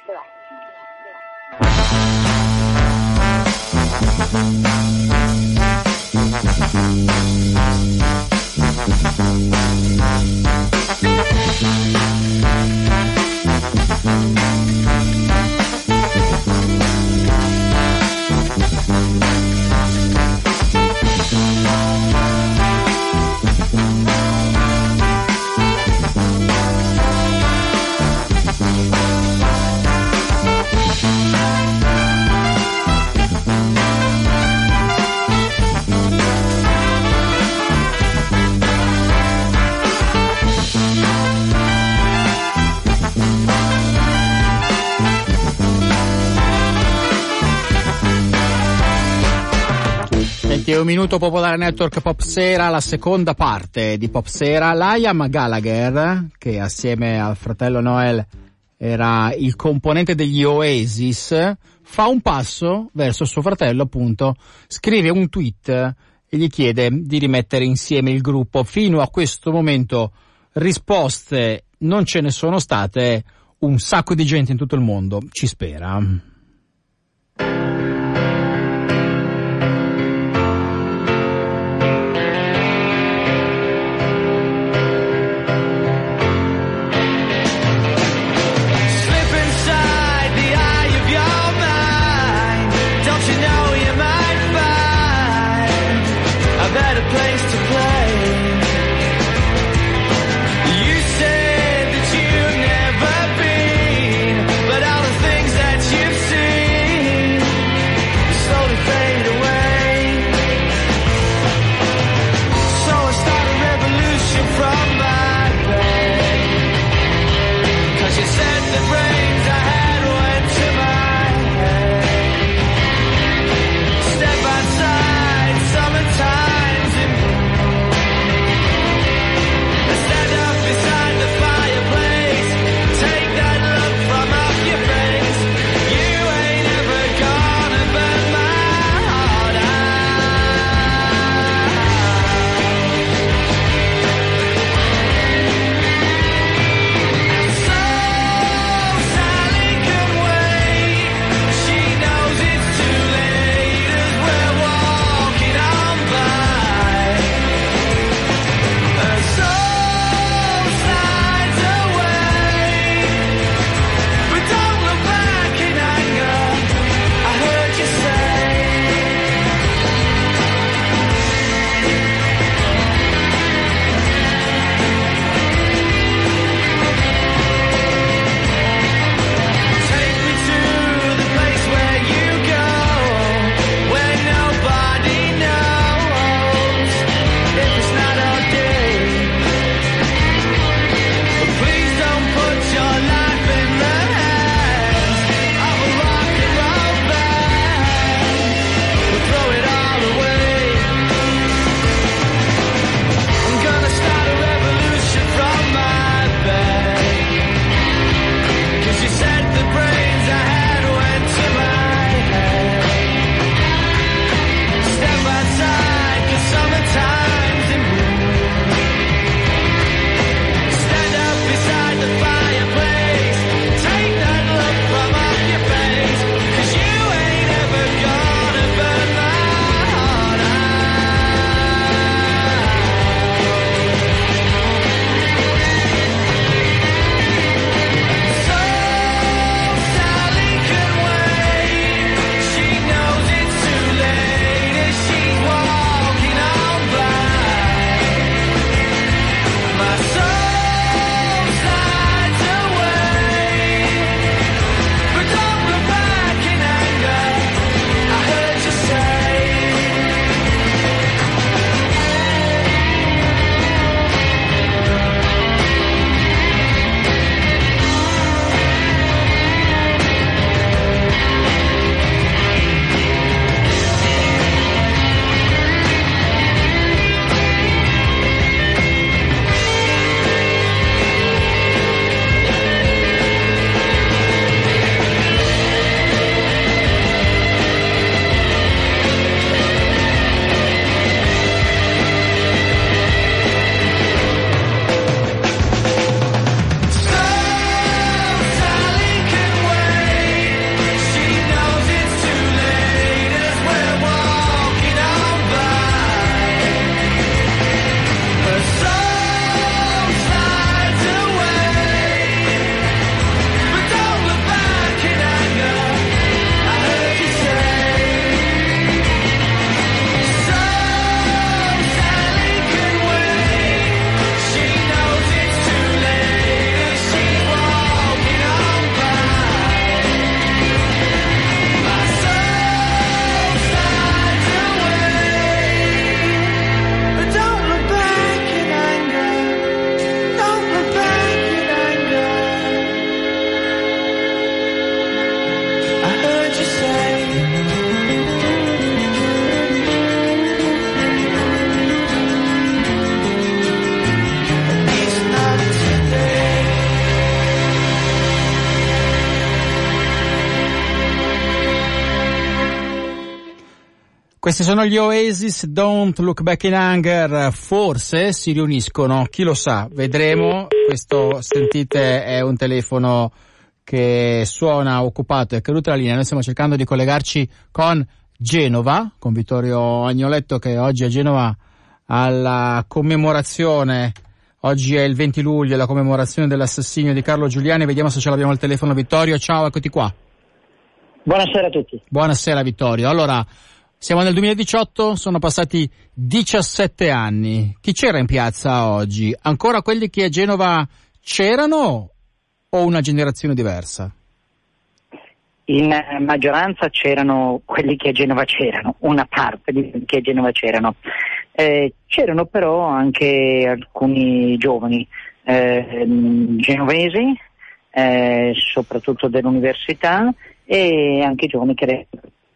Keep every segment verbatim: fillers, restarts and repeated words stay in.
Un minuto Popolare Network Pop Sera, la seconda parte di Pop Sera. Liam Gallagher, che assieme al fratello Noel era il componente degli Oasis, fa un passo verso suo fratello, appunto, scrive un tweet e gli chiede di rimettere insieme il gruppo. Fino a questo momento risposte non ce ne sono state, un sacco di gente in tutto il mondo ci spera. You've Questi sono gli Oasis, Don't Look Back in Anger, forse si riuniscono, chi lo sa, vedremo. Questo, sentite, è un telefono che suona occupato, è caduta la linea. Noi stiamo cercando di collegarci con Genova, con Vittorio Agnoletto, che oggi a Genova alla commemorazione, oggi è il venti luglio, la commemorazione dell'assassinio di Carlo Giuliani. Vediamo se ce l'abbiamo al telefono. Vittorio, ciao, eccoti qua. Buonasera a tutti. Buonasera Vittorio. Allora, siamo nel duemiladiciotto, sono passati diciassette anni. Chi c'era in piazza oggi? Ancora quelli che a Genova c'erano o una generazione diversa? In maggioranza c'erano quelli che a Genova c'erano, una parte di quelli che a Genova c'erano. Eh, c'erano però anche alcuni giovani eh, genovesi, eh, soprattutto dell'università, e anche giovani che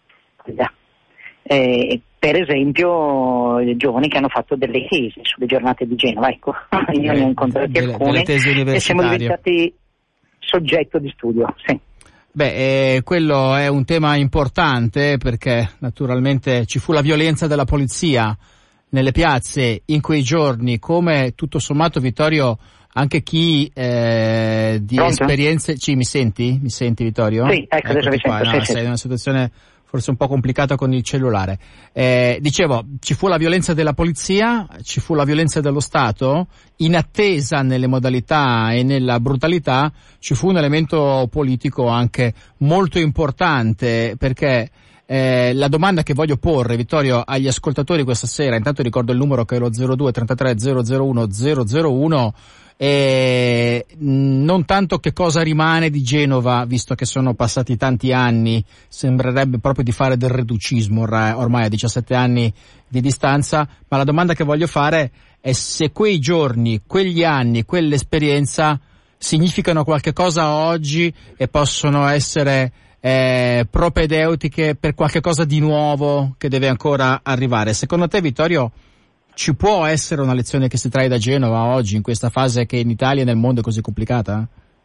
eh, per esempio giovani che hanno fatto delle tesi sulle giornate di Genova. Ecco, io ne ho incontrati delle, alcune delle e siamo diventati soggetto di studio, sì. Beh, eh, quello è un tema importante perché naturalmente ci fu la violenza della polizia nelle piazze in quei giorni, come tutto sommato, Vittorio, anche chi eh, di Pronto? esperienze... Ci, mi senti? Mi senti, Vittorio? Sì, ecco, adesso vi sento. No, sì, sei sì. in una situazione forse un po' complicata con il cellulare. Eh, dicevo, ci fu la violenza della polizia, ci fu la violenza dello Stato, in attesa nelle modalità e nella brutalità ci fu un elemento politico anche molto importante, perché eh, la domanda che voglio porre, Vittorio, agli ascoltatori questa sera, intanto ricordo il numero che è lo zero due trentatré zero zero uno zero zero uno, e non tanto che cosa rimane di Genova, visto che sono passati tanti anni, sembrerebbe proprio di fare del reducismo ormai, ormai a diciassette anni di distanza, ma la domanda che voglio fare è se quei giorni, quegli anni, quell'esperienza significano qualche cosa oggi e possono essere eh, propedeutiche per qualche cosa di nuovo che deve ancora arrivare. Secondo te, Vittorio, ci può essere una lezione che si trae da Genova oggi, in questa fase che in Italia e nel mondo è così complicata?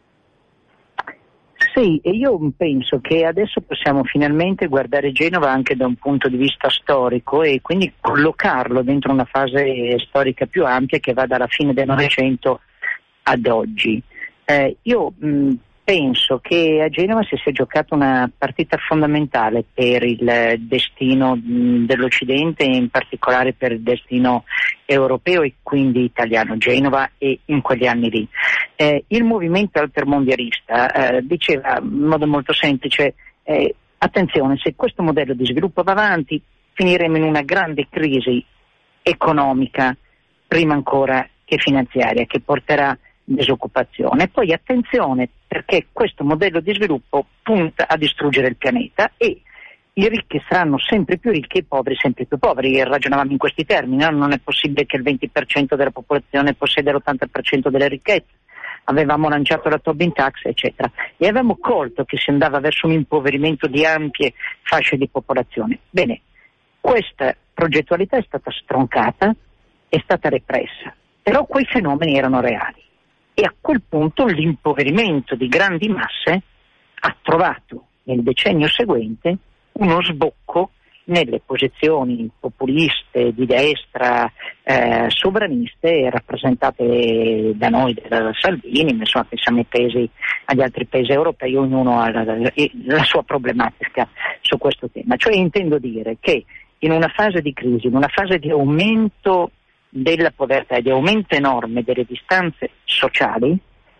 Sì, e io penso che adesso possiamo finalmente guardare Genova anche da un punto di vista storico e quindi collocarlo dentro una fase storica più ampia che va dalla fine del Novecento ad oggi. Eh, io mh, penso che a Genova si sia giocata una partita fondamentale per il destino mh, dell'Occidente e in particolare per il destino europeo e quindi italiano, Genova e in quegli anni lì. Eh, il movimento altermondialista eh, diceva in modo molto semplice eh, attenzione, se questo modello di sviluppo va avanti finiremo in una grande crisi economica, prima ancora che finanziaria, che porterà disoccupazione. Poi attenzione, perché questo modello di sviluppo punta a distruggere il pianeta e i ricchi saranno sempre più ricchi e i poveri sempre più poveri. Ragionavamo in questi termini, no? Non è possibile che il venti per cento della popolazione possieda l'ottanta per cento delle ricchezze. Avevamo lanciato la Tobin Tax, eccetera, e avevamo colto che si andava verso un impoverimento di ampie fasce di popolazione. Bene, questa progettualità è stata stroncata, è stata repressa, però quei fenomeni erano reali. E a quel punto l'impoverimento di grandi masse ha trovato nel decennio seguente uno sbocco nelle posizioni populiste di destra, eh, sovraniste rappresentate da noi, da Salvini, insomma pensiamo ai paesi, agli altri paesi europei, ognuno ha la, la, la sua problematica su questo tema. Cioè intendo dire che in una fase di crisi, in una fase di aumento della povertà e di aumento enorme delle distanze sociali,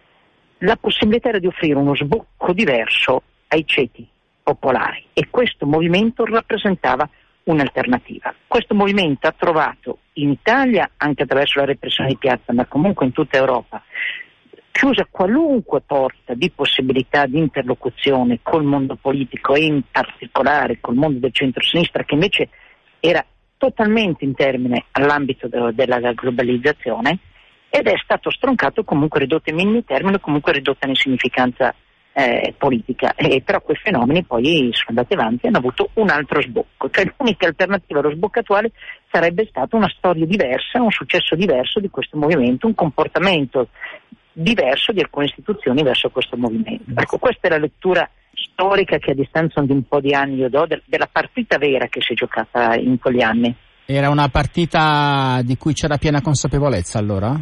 la possibilità era di offrire uno sbocco diverso ai ceti popolari e questo movimento rappresentava un'alternativa. Questo movimento ha trovato in Italia, anche attraverso la repressione di piazza, ma comunque in tutta Europa, chiusa qualunque porta di possibilità di interlocuzione col mondo politico e in particolare col mondo del centro-sinistra, che invece era totalmente in termine all'ambito de- della globalizzazione, ed è stato stroncato, comunque ridotto in minimi termini, comunque ridotta in insignificanza eh, politica. E però quei fenomeni poi sono andati avanti e hanno avuto un altro sbocco. Cioè l'unica alternativa allo sbocco attuale sarebbe stata una storia diversa, un successo diverso di questo movimento, un comportamento diverso di alcune istituzioni verso questo movimento. Ecco, questa è la lettura storica che a distanza di un po' di anni io do della partita vera che si è giocata in quegli anni. Era una partita di cui c'era piena consapevolezza allora?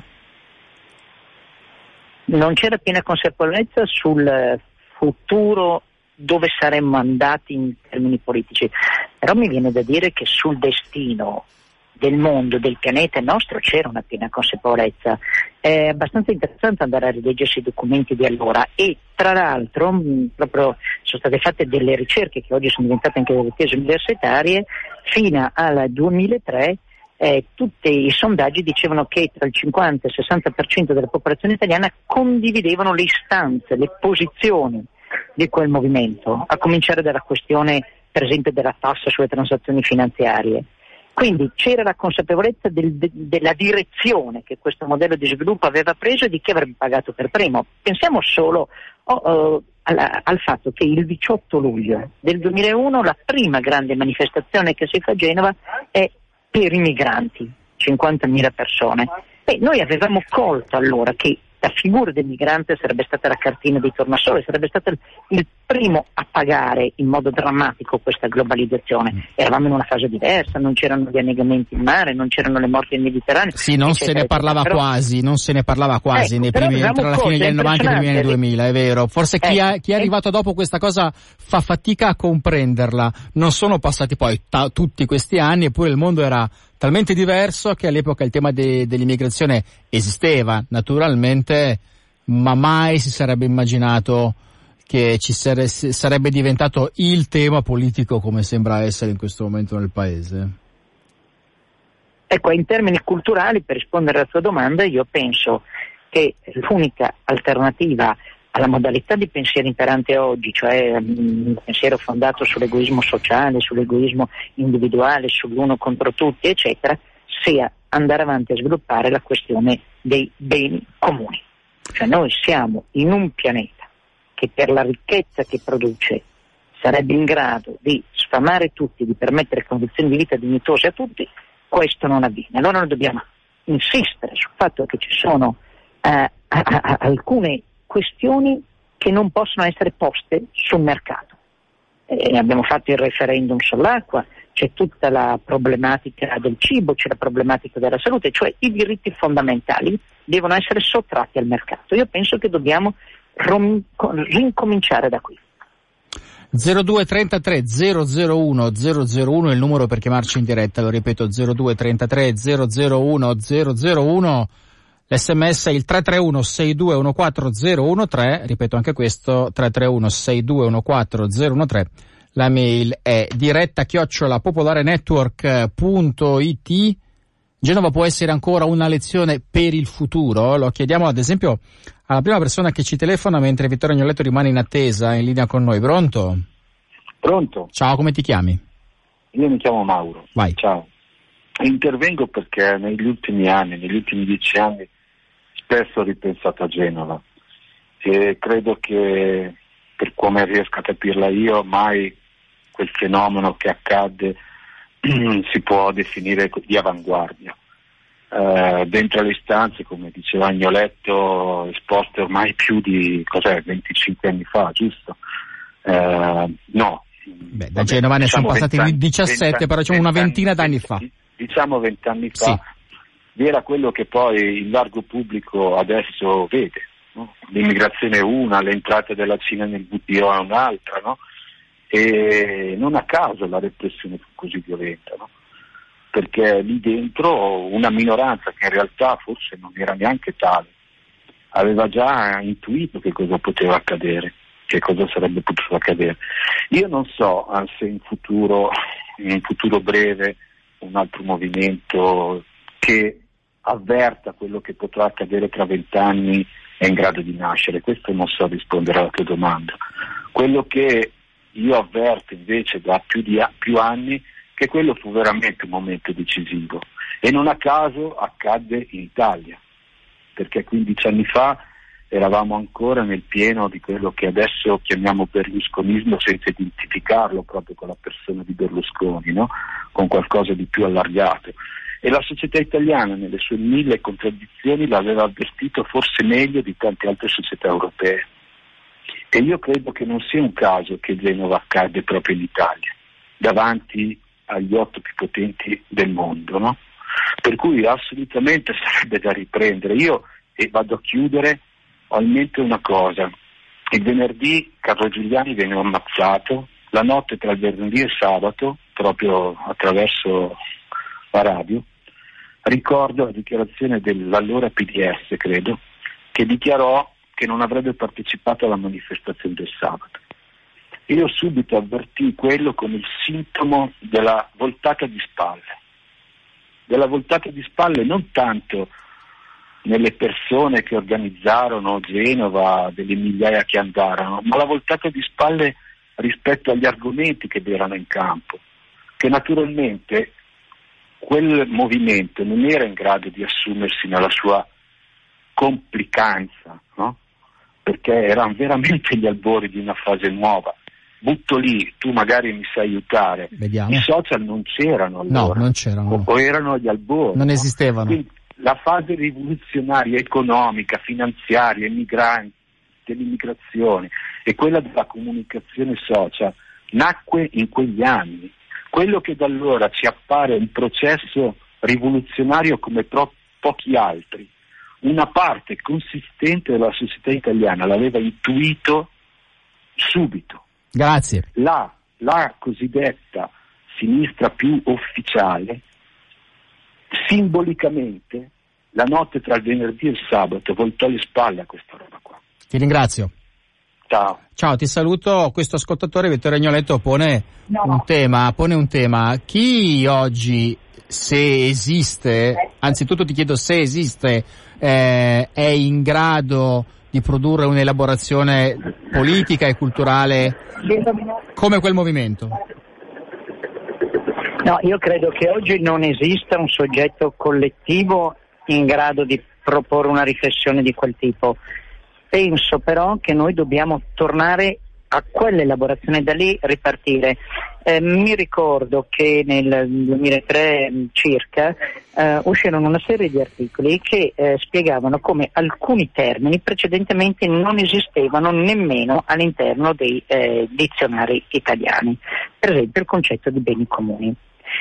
Non c'era piena consapevolezza sul futuro, dove saremmo andati in termini politici, però mi viene da dire che sul destino del mondo, del pianeta nostro, c'era una piena consapevolezza. È abbastanza interessante andare a rileggersi i documenti di allora, e tra l'altro mh, proprio sono state fatte delle ricerche che oggi sono diventate anche delle tesi universitarie. Fino al duemilatré eh, tutti i sondaggi dicevano che tra il cinquanta e il sessanta per cento della popolazione italiana condividevano le istanze, le posizioni di quel movimento, a cominciare dalla questione per esempio della tassa sulle transazioni finanziarie. Quindi c'era la consapevolezza del, de, della direzione che questo modello di sviluppo aveva preso e di chi avrebbe pagato per primo. Pensiamo solo oh, oh, alla, al fatto che il diciotto luglio del duemilauno la prima grande manifestazione che si fa a Genova è per i migranti, cinquantamila persone. Beh, noi avevamo colto allora che la figura del migrante sarebbe stata la cartina di tornasole, sarebbe stato il, il primo a pagare in modo drammatico questa globalizzazione. Eravamo in una fase diversa, non c'erano gli annegamenti in mare, non c'erano le morti nel Mediterraneo. Sì, non eccetera, se ne parlava però, quasi, non se ne parlava quasi ecco, nei primi, tra la fine degli anni novanta e i primi anni duemila, è vero. Forse chi, ecco, ha, chi è arrivato dopo questa cosa fa fatica a comprenderla. Non sono passati poi ta- tutti questi anni, eppure il mondo era talmente diverso che all'epoca il tema de- dell'immigrazione esisteva, naturalmente, ma mai si sarebbe immaginato che ci sare- sarebbe diventato il tema politico come sembra essere in questo momento nel paese. Ecco, in termini culturali, per rispondere alla tua domanda, io penso che l'unica alternativa alla modalità di pensiero imperante oggi, cioè un pensiero fondato sull'egoismo sociale, sull'egoismo individuale, sull'uno contro tutti, eccetera, sia andare avanti a sviluppare la questione dei beni comuni. Cioè noi siamo in un pianeta che per la ricchezza che produce sarebbe in grado di sfamare tutti, di permettere condizioni di vita dignitose a tutti. Questo non avviene. Allora noi dobbiamo insistere sul fatto che ci sono eh, a, a, alcune questioni che non possono essere poste sul mercato. Eh, abbiamo fatto il referendum sull'acqua, c'è tutta la problematica del cibo, c'è la problematica della salute, cioè i diritti fondamentali devono essere sottratti al mercato. Io penso che dobbiamo rom- rincominciare da qui. zero due trentatré zero zero uno zero zero uno è il numero per chiamarci in diretta, lo ripeto, zero due trentatré zero zero uno zero zero uno. L'esse emme esse è il tre tre uno sei due uno quattro zero uno tre, ripeto anche questo, tre tre uno sei due uno quattro zero uno tre. La mail è diretta chiocciola popolarenetwork punto it. Genova può essere ancora una lezione per il futuro? Lo chiediamo ad esempio alla prima persona che ci telefona, mentre Vittorio Agnoletto rimane in attesa, in linea con noi. Pronto? Pronto? Ciao, come ti chiami? Io mi chiamo Mauro. Vai. Ciao. Intervengo perché negli ultimi anni, negli ultimi dieci anni, spesso ho ripensato a Genova e credo che, per come riesco a capirla io, mai quel fenomeno che accadde si può definire di avanguardia. Uh, dentro le stanze, come diceva Agnoletto, esposte ormai più di cos'è, venticinque anni fa, giusto? Uh, no. Beh, da Genova ne diciamo sono passati venti, diciassette, venti, però diciamo una ventina d'anni fa. Diciamo vent'anni fa, sì. Era quello che poi il largo pubblico adesso vede, no? L'immigrazione è una, l'entrata della Cina nel W T O è un'altra, no? E non a caso la repressione fu così violenta, no? Perché lì dentro una minoranza che in realtà forse non era neanche tale aveva già intuito che cosa poteva accadere, che cosa sarebbe potuto accadere. Io non so se in futuro, in un futuro breve, un altro movimento che avverta quello che potrà accadere tra vent'anni è in grado di nascere. Questo non so rispondere alla tua domanda. Quello che io avverto invece da più, di, più anni che quello fu veramente un momento decisivo e non a caso accadde in Italia, perché quindici anni fa eravamo ancora nel pieno di quello che adesso chiamiamo berlusconismo, senza identificarlo proprio con la persona di Berlusconi, no? Con qualcosa di più allargato. E la società italiana, nelle sue mille contraddizioni, l'aveva avvertito forse meglio di tante altre società europee. E io credo che non sia un caso che Genova accadde proprio in Italia, davanti agli otto più potenti del mondo, no? Per cui assolutamente sarebbe da riprendere. Io, e vado a chiudere, ho in mente una cosa. Il venerdì Carlo Giuliani venne ammazzato, la notte tra il venerdì e il sabato, proprio attraverso la radio, ricordo la dichiarazione dell'allora P D S, credo, che dichiarò che non avrebbe partecipato alla manifestazione del sabato. Io subito avvertii quello come il sintomo della voltata di spalle, della voltata di spalle non tanto nelle persone che organizzarono Genova, delle migliaia che andarono, ma la voltata di spalle rispetto agli argomenti che erano in campo, che naturalmente quel movimento non era in grado di assumersi nella sua complicanza, no? Perché erano veramente gli albori di una fase nuova. Butto lì, tu magari mi sai aiutare. Vediamo. I social non c'erano allora. No, non c'erano. O, o erano agli albori. Non no? esistevano. Quindi la fase rivoluzionaria economica, finanziaria, migranti, dell'immigrazione e quella della comunicazione social nacque in quegli anni. Quello che da allora ci appare un processo rivoluzionario come pro- pochi altri, una parte consistente della società italiana l'aveva intuito subito. Grazie. La, la cosiddetta sinistra più ufficiale, simbolicamente, la notte tra il venerdì e il sabato voltò le spalle a questa roba qua. Ti ringrazio. Ciao. Ciao, ti saluto. Questo ascoltatore, Vittorio Agnoletto, pone No. un tema, pone un tema. Chi oggi, se esiste, anzitutto ti chiedo se esiste, eh, è in grado di produrre un'elaborazione politica e culturale come quel movimento? No, io credo che oggi non esista un soggetto collettivo in grado di proporre una riflessione di quel tipo. Penso però che noi dobbiamo tornare a quell'elaborazione, da lì ripartire. Eh, mi ricordo che nel duemilatré circa eh, uscirono una serie di articoli che eh, spiegavano come alcuni termini precedentemente non esistevano nemmeno all'interno dei eh, dizionari italiani, per esempio il concetto di beni comuni.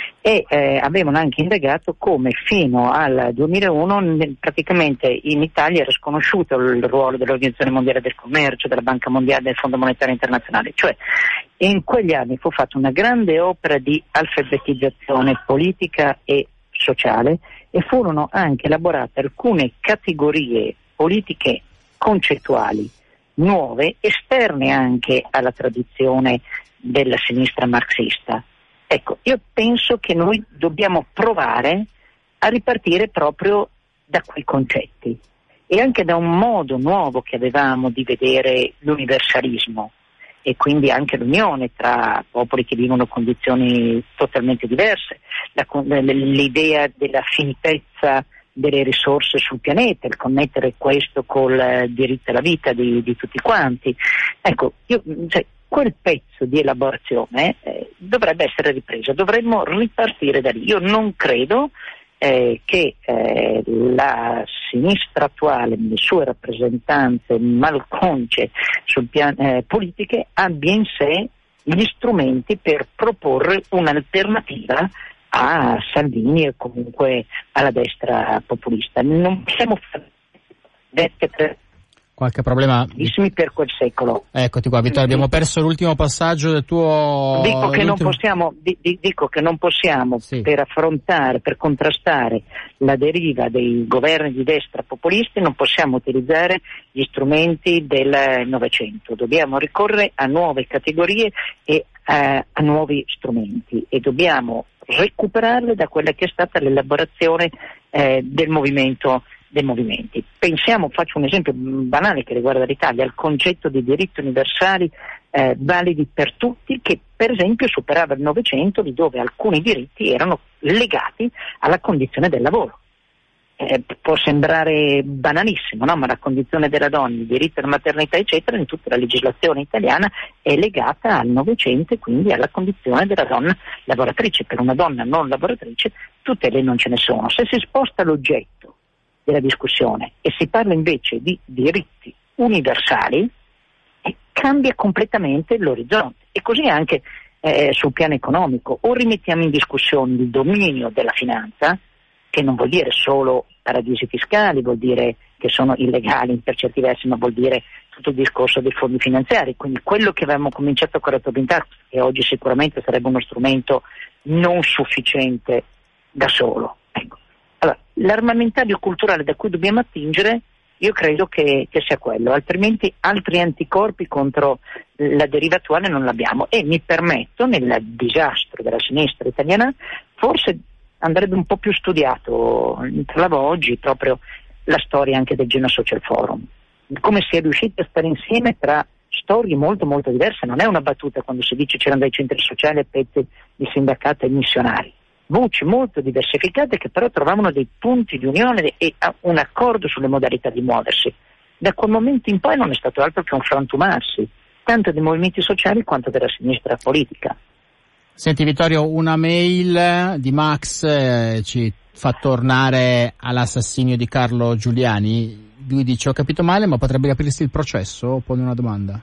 E eh, avevano anche indagato come fino al duemilauno nel, praticamente in Italia era sconosciuto il ruolo dell'Organizzazione Mondiale del Commercio, della Banca Mondiale, del Fondo Monetario Internazionale, cioè in quegli anni fu fatta una grande opera di alfabetizzazione politica e sociale e furono anche elaborate alcune categorie politiche concettuali nuove, esterne anche alla tradizione della sinistra marxista. Ecco, io penso che noi dobbiamo provare a ripartire proprio da quei concetti e anche da un modo nuovo che avevamo di vedere l'universalismo e quindi anche l'unione tra popoli che vivono condizioni totalmente diverse, la, l'idea della finitezza delle risorse sul pianeta, il connettere questo col diritto alla vita di, di tutti quanti. Ecco, io, cioè, quel pezzo di elaborazione eh, dovrebbe essere ripreso, dovremmo ripartire da lì. Io non credo eh, che eh, la sinistra attuale, le sue rappresentanze malconce sul piano eh, politiche, abbia in sé gli strumenti per proporre un'alternativa a Salvini e comunque alla destra populista. Non possiamo fare dette per Qualche problema? per quel secolo. Eccoti qua, Vittorio, abbiamo perso l'ultimo passaggio del tuo... Dico che non l'ultimo... possiamo, di, di, dico che non possiamo sì. per affrontare, per contrastare la deriva dei governi di destra populisti, non possiamo utilizzare gli strumenti del Novecento. Dobbiamo ricorrere a nuove categorie e a, a nuovi strumenti e dobbiamo recuperarle da quella che è stata l'elaborazione eh, del movimento dei movimenti. Pensiamo, faccio un esempio banale che riguarda l'Italia, al concetto di diritti universali eh, validi per tutti, che per esempio superava il Novecento, di dove alcuni diritti erano legati alla condizione del lavoro. Eh, può sembrare banalissimo, no? Ma la condizione della donna, il diritto alla maternità eccetera, in tutta la legislazione italiana è legata al Novecento e quindi alla condizione della donna lavoratrice. Per una donna non lavoratrice tutele non ce ne sono. Se si sposta l'oggetto della discussione e si parla invece di diritti universali, e cambia completamente l'orizzonte. E così anche eh, sul piano economico. O rimettiamo in discussione il dominio della finanza, che non vuol dire solo paradisi fiscali, vuol dire che sono illegali per certi versi, ma vuol dire tutto il discorso dei fondi finanziari, quindi quello che avevamo cominciato a correttamente e oggi sicuramente sarebbe uno strumento non sufficiente da solo. Ecco. Allora, l'armamentario culturale da cui dobbiamo attingere io credo che, che sia quello, altrimenti altri anticorpi contro la deriva attuale non l'abbiamo, e mi permetto, nel disastro della sinistra italiana, forse andrebbe un po' più studiato, parlavo oggi proprio la storia anche del Genoa Social Forum, come si è riusciti a stare insieme tra storie molto molto diverse. Non è una battuta quando si dice c'erano dei centri sociali a pezzi di sindacato e missionari, voci molto diversificate che però trovavano dei punti di unione e un accordo sulle modalità di muoversi. Da quel momento in poi non è stato altro che un frantumarsi, tanto dei movimenti sociali quanto della sinistra politica. Senti Vittorio, una mail di Max eh, ci fa tornare all'assassinio di Carlo Giuliani. Lui dice: ho capito male, ma potrebbe aprirsi il processo? Pone una domanda.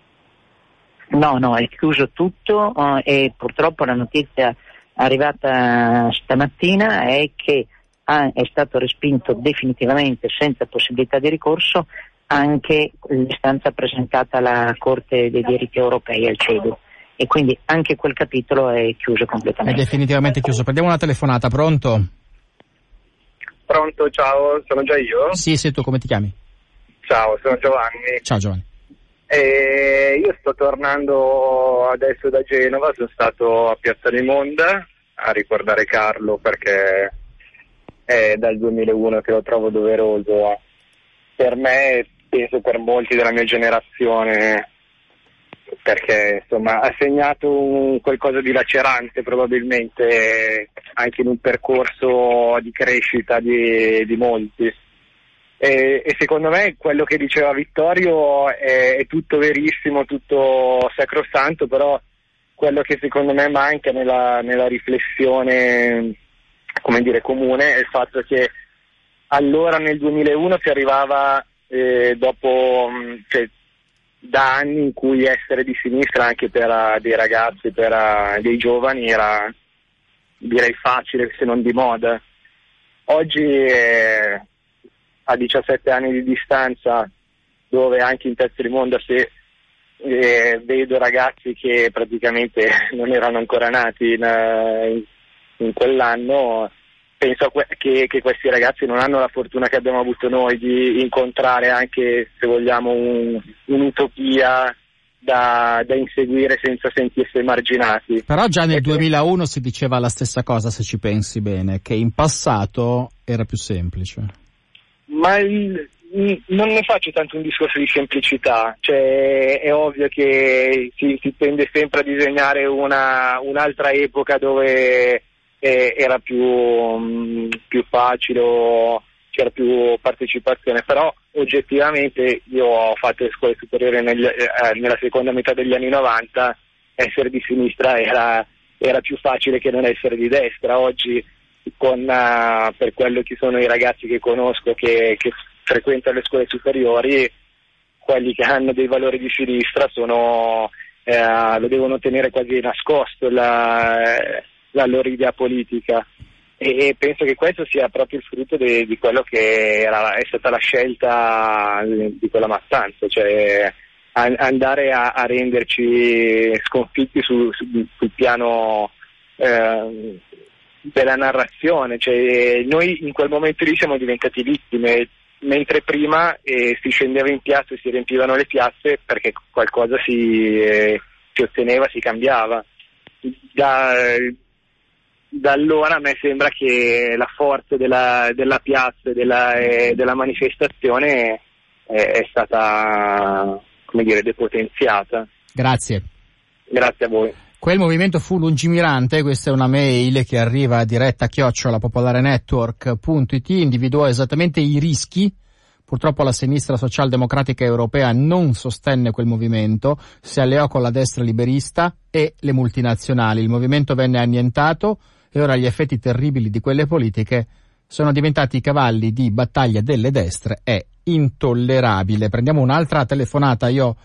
No, no, è chiuso tutto uh, e purtroppo la notizia arrivata stamattina è che ah, è stato respinto definitivamente, senza possibilità di ricorso, anche l'istanza presentata alla Corte dei diritti europei, al C E D U, e quindi anche quel capitolo è chiuso completamente. È definitivamente chiuso. Prendiamo una telefonata, pronto? Pronto, ciao, sono già io? Sì, sei tu, come ti chiami? Ciao, sono Giovanni. Ciao Giovanni. E io sto tornando adesso da Genova, sono stato a Piazza di Monda a ricordare Carlo perché è dal duemilauno che lo trovo doveroso per me e penso per molti della mia generazione, perché insomma ha segnato un qualcosa di lacerante probabilmente anche in un percorso di crescita di, di molti. E, e secondo me quello che diceva Vittorio è, è tutto verissimo, tutto sacrosanto, però quello che secondo me manca nella, nella riflessione, come dire, comune è il fatto che allora nel duemilauno si arrivava eh, dopo cioè, da anni in cui essere di sinistra anche per uh, dei ragazzi, per uh, dei giovani era, direi, facile se non di moda. Oggi eh, a diciassette anni di distanza, dove anche in Piazza di Monda se eh, vedo ragazzi che praticamente non erano ancora nati in, in, in quell'anno, penso a que- che, che questi ragazzi non hanno la fortuna che abbiamo avuto noi di incontrare anche, se vogliamo, un, un'utopia da, da inseguire senza sentirsi emarginati. Però già nel duemilauno si diceva la stessa cosa, se ci pensi bene, che in passato era più semplice. Ma il, non ne faccio tanto un discorso di semplicità, cioè è ovvio che si, si tende sempre a disegnare una, un'altra epoca dove eh, era più, mh, più facile, o c'era più partecipazione, però oggettivamente io ho fatto le scuole superiori negli, eh, nella seconda metà degli anni novanta, essere di sinistra era, era più facile che non essere di destra. Oggi con uh, per quello che sono i ragazzi che conosco che, che frequentano le scuole superiori, quelli che hanno dei valori di sinistra sono eh, lo devono tenere quasi nascosto la, la loro idea politica, e, e penso che questo sia proprio il frutto de, di quello che era, è stata la scelta di quella mattanza, cioè a, andare a, a renderci sconfitti su, su, sul piano eh, della narrazione, cioè noi in quel momento lì siamo diventati vittime, mentre prima eh, si scendeva in piazza e si riempivano le piazze perché qualcosa si, eh, si otteneva, si cambiava. Da, da allora a me sembra che la forza della, della piazza e della, eh, della manifestazione è, è stata, come dire, depotenziata. Grazie. Grazie a voi. Quel movimento fu lungimirante. Questa è una mail che arriva a diretta chiocciola popolarenetwork punto it, individuò esattamente i rischi. Purtroppo la sinistra socialdemocratica europea non sostenne quel movimento, si alleò con la destra liberista e le multinazionali. Il movimento venne annientato e ora gli effetti terribili di quelle politiche sono diventati i cavalli di battaglia delle destre. È intollerabile. Prendiamo un'altra telefonata. Io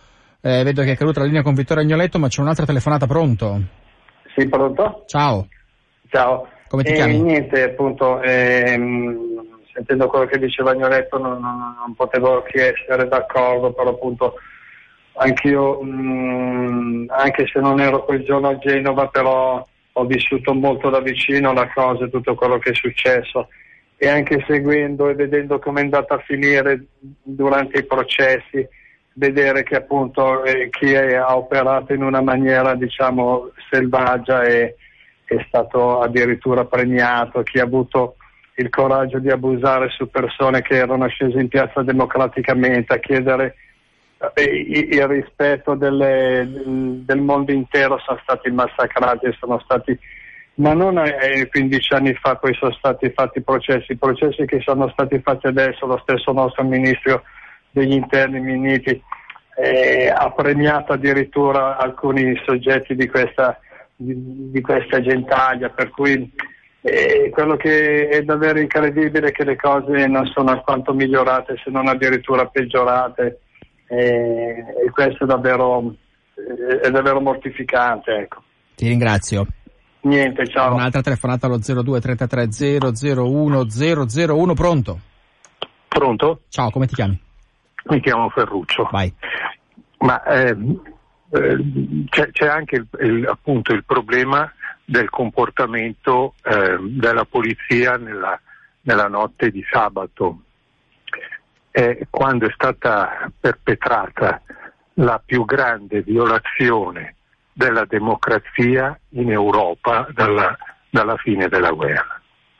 Eh, vedo che è caduta la linea con Vittorio Agnoletto, ma c'è un'altra telefonata, pronto? Sì, pronto? Ciao. Ciao. Come ti eh, chiami? Niente, appunto, ehm, sentendo quello che diceva Agnoletto non, non, non potevo che essere d'accordo, però appunto anch'io, mh, anche se non ero quel giorno a Genova, però ho vissuto molto da vicino la cosa e tutto quello che è successo, e anche seguendo e vedendo come è andata a finire durante i processi, vedere che appunto eh, chi è, ha operato in una maniera diciamo selvaggia e è stato addirittura premiato, chi ha avuto il coraggio di abusare su persone che erano scese in piazza democraticamente a chiedere eh, il rispetto delle, del mondo intero, sono stati massacrati e sono stati, ma non eh, quindici anni fa poi sono stati fatti processi, i processi che sono stati fatti adesso, lo stesso nostro ministro degli interni Minniti eh, ha premiato addirittura alcuni soggetti di questa, di, di questa gentaglia, per cui eh, quello che è davvero incredibile è che le cose non sono alquanto migliorate, se non addirittura peggiorate, eh, e questo è davvero, eh, è davvero mortificante, ecco. Ti ringrazio. Niente, ciao. Un'altra telefonata allo zero due trentatré zero zero uno zero zero uno, pronto? Pronto? Ciao, come ti chiami? Mi chiamo Ferruccio. Vai. Ma eh, eh, c'è, c'è anche il, il, appunto il problema del comportamento eh, della polizia nella, nella notte di sabato, eh, quando è stata perpetrata la più grande violazione della democrazia in Europa dalla, dalla fine della guerra.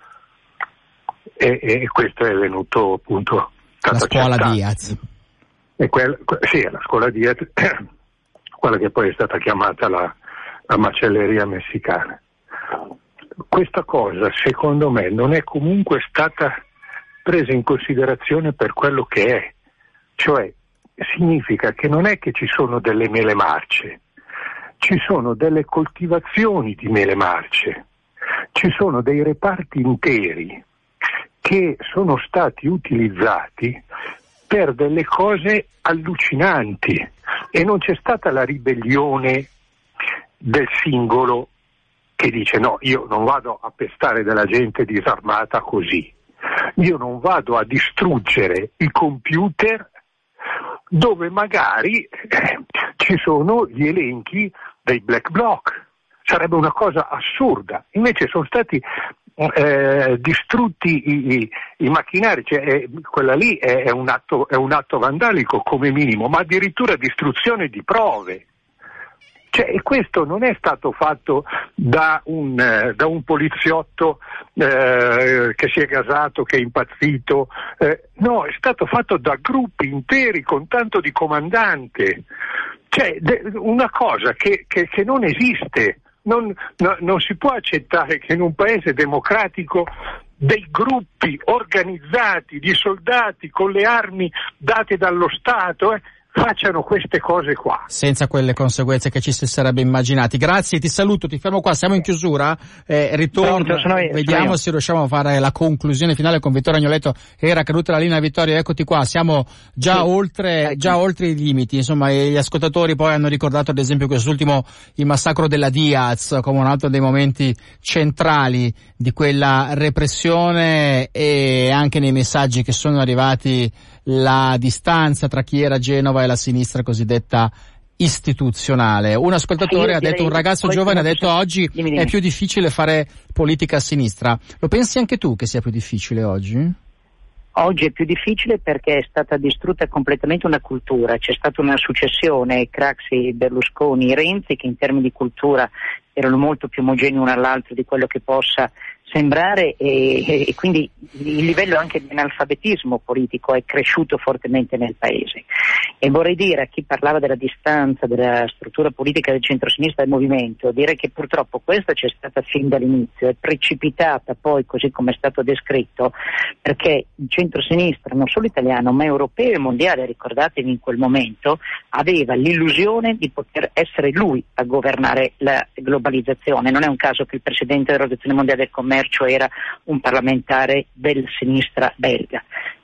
E, e questo è venuto appunto la scuola Diaz. E quel, sì, la scuola Diaz, quella che poi è stata chiamata la, la macelleria messicana. Questa cosa, secondo me, non è comunque stata presa in considerazione per quello che è, cioè significa che non è che ci sono delle mele marce, ci sono delle coltivazioni di mele marce, ci sono dei reparti interi che sono stati utilizzati per delle cose allucinanti, e non c'è stata la ribellione del singolo che dice no, io non vado a pestare della gente disarmata così, io non vado a distruggere i computer dove magari eh, ci sono gli elenchi dei black bloc, sarebbe una cosa assurda. Invece sono stati eh, distrutti i, i, i macchinari, cioè, eh, quella lì è, è, un atto, è un atto vandalico come minimo, ma addirittura distruzione di prove. Cioè, e questo non è stato fatto da un, eh, da un poliziotto eh, che si è gasato, che è impazzito, eh, no, è stato fatto da gruppi interi con tanto di comandante. Cioè, de- una cosa che, che, che non esiste, non, no, non si può accettare che in un paese democratico dei gruppi organizzati di soldati con le armi date dallo Stato eh, facciano queste cose qua. Senza quelle conseguenze che ci si sarebbe immaginati. Grazie, ti saluto, ti fermo qua, siamo in chiusura, eh, ritorno, sono io, vediamo sono io. se riusciamo a fare la conclusione finale con Vittorio Agnoletto. Era caduta la linea, Vittorio, eccoti qua, siamo già sì. oltre ecco. già oltre i limiti, insomma, gli ascoltatori poi hanno ricordato ad esempio quest'ultimo, il massacro della Diaz, come un altro dei momenti centrali di quella repressione, e anche nei messaggi che sono arrivati la distanza tra chi era a Genova e la sinistra cosiddetta istituzionale. Un ascoltatore ha detto, un ragazzo giovane ha detto oggi dimmi, dimmi. è più difficile fare politica a sinistra. Lo pensi anche tu che sia più difficile oggi? Oggi è più difficile perché è stata distrutta completamente una cultura, c'è stata una successione Craxi, Berlusconi, Renzi, che in termini di cultura erano molto più omogenei uno all'altro di quello che possa sembrare, e, e quindi il livello anche di analfabetismo politico è cresciuto fortemente nel paese. E vorrei dire a chi parlava della distanza della struttura politica del centro-sinistra del movimento, dire che purtroppo questa c'è stata fin dall'inizio, è precipitata poi così come è stato descritto, perché il centro-sinistra non solo italiano ma europeo e mondiale, ricordatevi in quel momento, aveva l'illusione di poter essere lui a governare la globalizzazione. Non è un caso che il presidente dell'Organizzazione Mondiale del Commercio era un parlamentare della sinistra belga.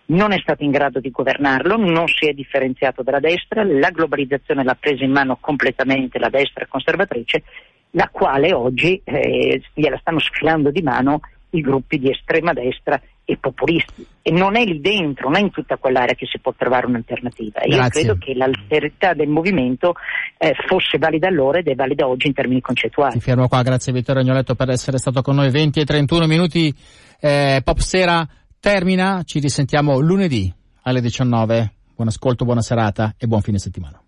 non è stato in grado di governarlo, non si è differenziato dalla destra, la globalizzazione l'ha presa in mano completamente la destra conservatrice, la quale oggi eh, gliela stanno sfilando di mano i gruppi di estrema destra e populisti, e non è lì dentro, non è in tutta quell'area che si può trovare un'alternativa. Io credo che l'alterità del movimento eh, fosse valida allora ed è valida oggi in termini concettuali. Ti fermo qua, grazie Vittorio Agnoletto per essere stato con noi. Venti e trentuno minuti, eh, Pop Sera termina, ci risentiamo lunedì alle diciannove. Buon ascolto, buona serata e buon fine settimana.